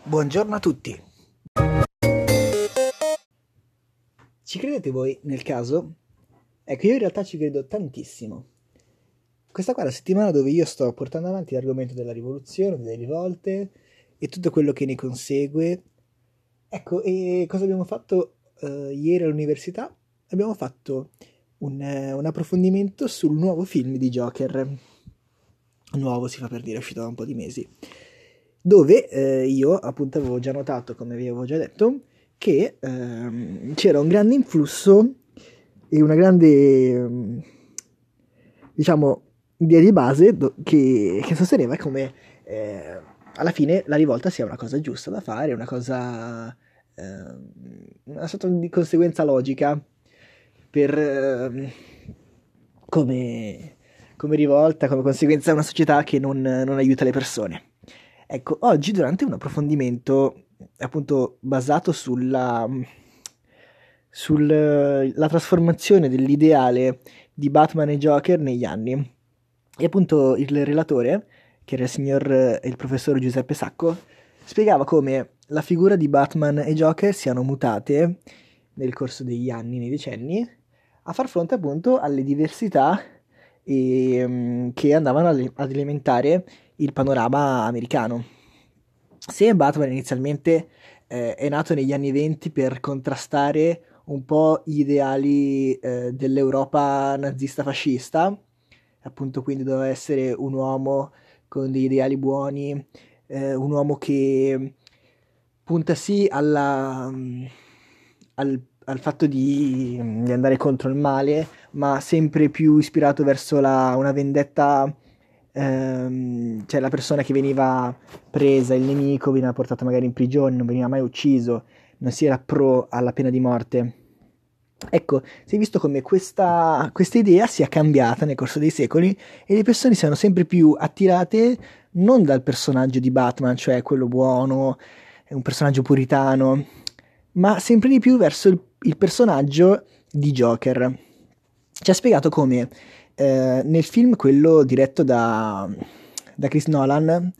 Buongiorno a tutti. Ci credete voi nel caso? Ecco, io in realtà ci credo tantissimo. Questa qua è la settimana dove io sto portando avanti l'argomento della rivoluzione, delle rivolte e tutto quello che ne consegue. Ecco, e cosa abbiamo fatto ieri all'università? Abbiamo fatto un approfondimento sul nuovo film di Joker. Nuovo si fa per dire, è uscito da un po' di mesi. Dove io appunto avevo già notato, come vi avevo già detto, che c'era un grande influsso e una grande, diciamo, idea di base che sosteneva come alla fine la rivolta sia una cosa giusta da fare, una cosa, una sorta di conseguenza logica per come rivolta, come conseguenza di una società che non aiuta le persone. Ecco, oggi durante un approfondimento appunto basato sulla trasformazione dell'ideale di Batman e Joker negli anni, e appunto il relatore, che era il professor Giuseppe Sacco, spiegava come la figura di Batman e Joker siano mutate nel corso degli anni, nei decenni, a far fronte appunto alle diversità che andavano ad alimentare il panorama americano. Se Batman inizialmente è nato negli anni 20 per contrastare un po' gli ideali dell'Europa nazista fascista, appunto quindi doveva essere un uomo con degli ideali buoni, un uomo che punta sì al fatto di andare contro il male, ma sempre più ispirato verso una vendetta, cioè la persona che veniva presa, il nemico, veniva portato magari in prigione, non veniva mai ucciso, non si era pro alla pena di morte. Ecco, si è visto come questa idea sia cambiata nel corso dei secoli e le persone siano sempre più attirate non dal personaggio di Batman, cioè quello buono, un personaggio puritano, ma sempre di più verso il personaggio di Joker. Ci ha spiegato come nel film, quello diretto da Chris Nolan,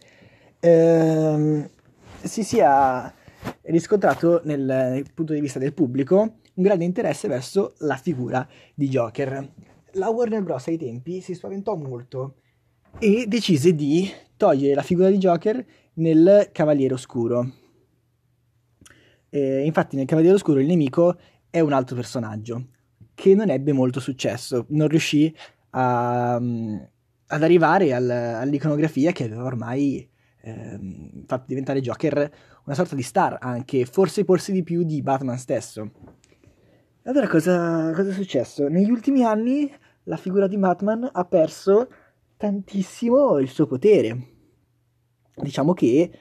si sia riscontrato nel punto di vista del pubblico un grande interesse verso la figura di Joker. La Warner Bros. Ai tempi si spaventò molto e decise di togliere la figura di Joker nel Cavaliere Oscuro. Infatti nel Cavaliere Oscuro il nemico è un altro personaggio che non ebbe molto successo, non riuscì ad arrivare all'iconografia che aveva ormai fatto diventare Joker una sorta di star, anche forse di più di Batman stesso. Allora cosa è successo? Negli ultimi anni la figura di Batman ha perso tantissimo il suo potere. Diciamo che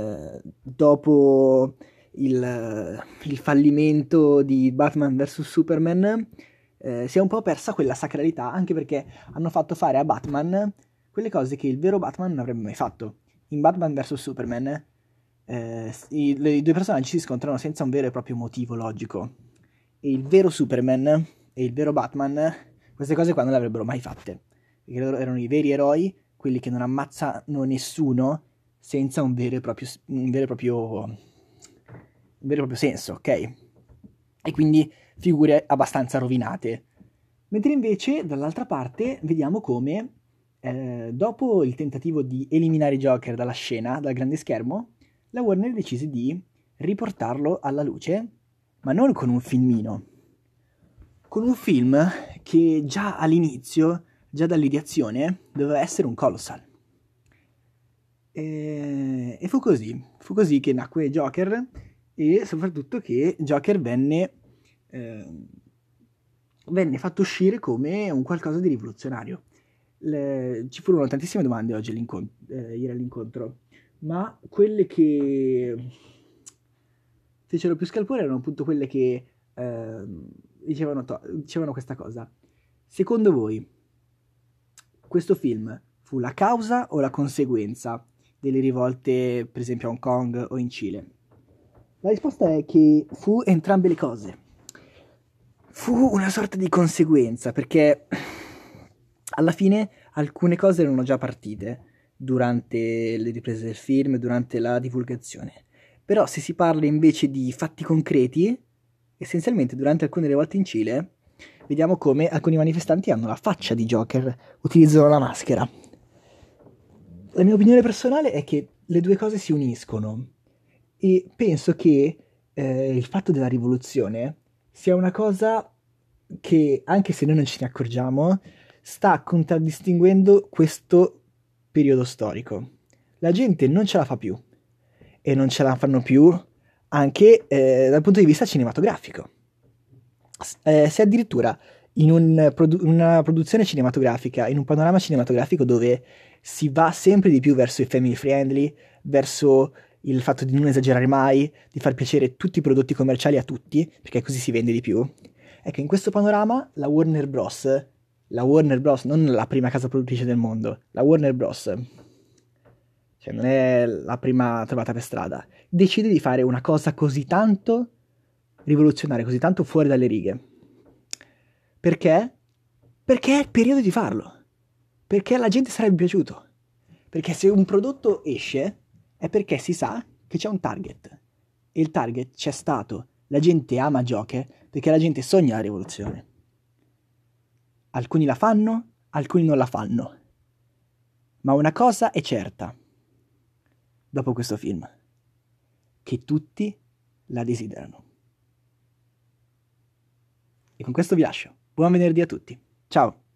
dopo il fallimento di Batman vs Superman si è un po' persa quella sacralità, anche perché hanno fatto fare a Batman quelle cose che il vero Batman non avrebbe mai fatto. In Batman vs Superman i due personaggi si scontrano senza un vero e proprio motivo logico, e il vero Superman e il vero Batman queste cose qua non le avrebbero mai fatte, perché loro erano i veri eroi, quelli che non ammazzano nessuno senza un vero e proprio senso, ok? E quindi figure abbastanza rovinate. Mentre invece dall'altra parte vediamo come dopo il tentativo di eliminare Joker dalla scena, dal grande schermo, la Warner decise di riportarlo alla luce, ma non con un filmino, con un film che già all'inizio, già dall'ideazione, doveva essere un colossal. E fu così che nacque Joker, e soprattutto che Joker venne fatto uscire come un qualcosa di rivoluzionario. Ci furono tantissime domande oggi ieri all'incontro, ma quelle che fecero più scalpore erano appunto quelle che dicevano questa cosa. Secondo voi questo film fu la causa o la conseguenza delle rivolte, per esempio a Hong Kong o in Cile? La risposta è che fu entrambe le cose. Fu una sorta di conseguenza, perché alla fine alcune cose erano già partite durante le riprese del film, durante la divulgazione. Però se si parla invece di fatti concreti, essenzialmente durante alcune delle volte in Cile, vediamo come alcuni manifestanti hanno la faccia di Joker, utilizzano la maschera. La mia opinione personale è che le due cose si uniscono e penso che il fatto della rivoluzione sia una cosa che, anche se noi non ce ne accorgiamo, sta contraddistinguendo questo periodo storico. La gente non ce la fa più e non ce la fanno più anche dal punto di vista cinematografico. Se addirittura in una produzione cinematografica, in un panorama cinematografico dove si va sempre di più verso i family friendly, verso il fatto di non esagerare mai, di far piacere tutti i prodotti commerciali a tutti, perché così si vende di più. Ecco, in questo panorama la Warner Bros, non la prima casa produttrice del mondo, la Warner Bros, cioè non è la prima trovata per strada, decide di fare una cosa così tanto rivoluzionaria, così tanto fuori dalle righe. Perché? Perché è il periodo di farlo. Perché alla gente sarebbe piaciuto. Perché se un prodotto esce è perché si sa che c'è un target. E il target c'è stato. La gente ama Joker perché la gente sogna la rivoluzione. Alcuni la fanno, alcuni non la fanno. Ma una cosa è certa, dopo questo film, che tutti la desiderano. E con questo vi lascio. Buon venerdì a tutti. Ciao!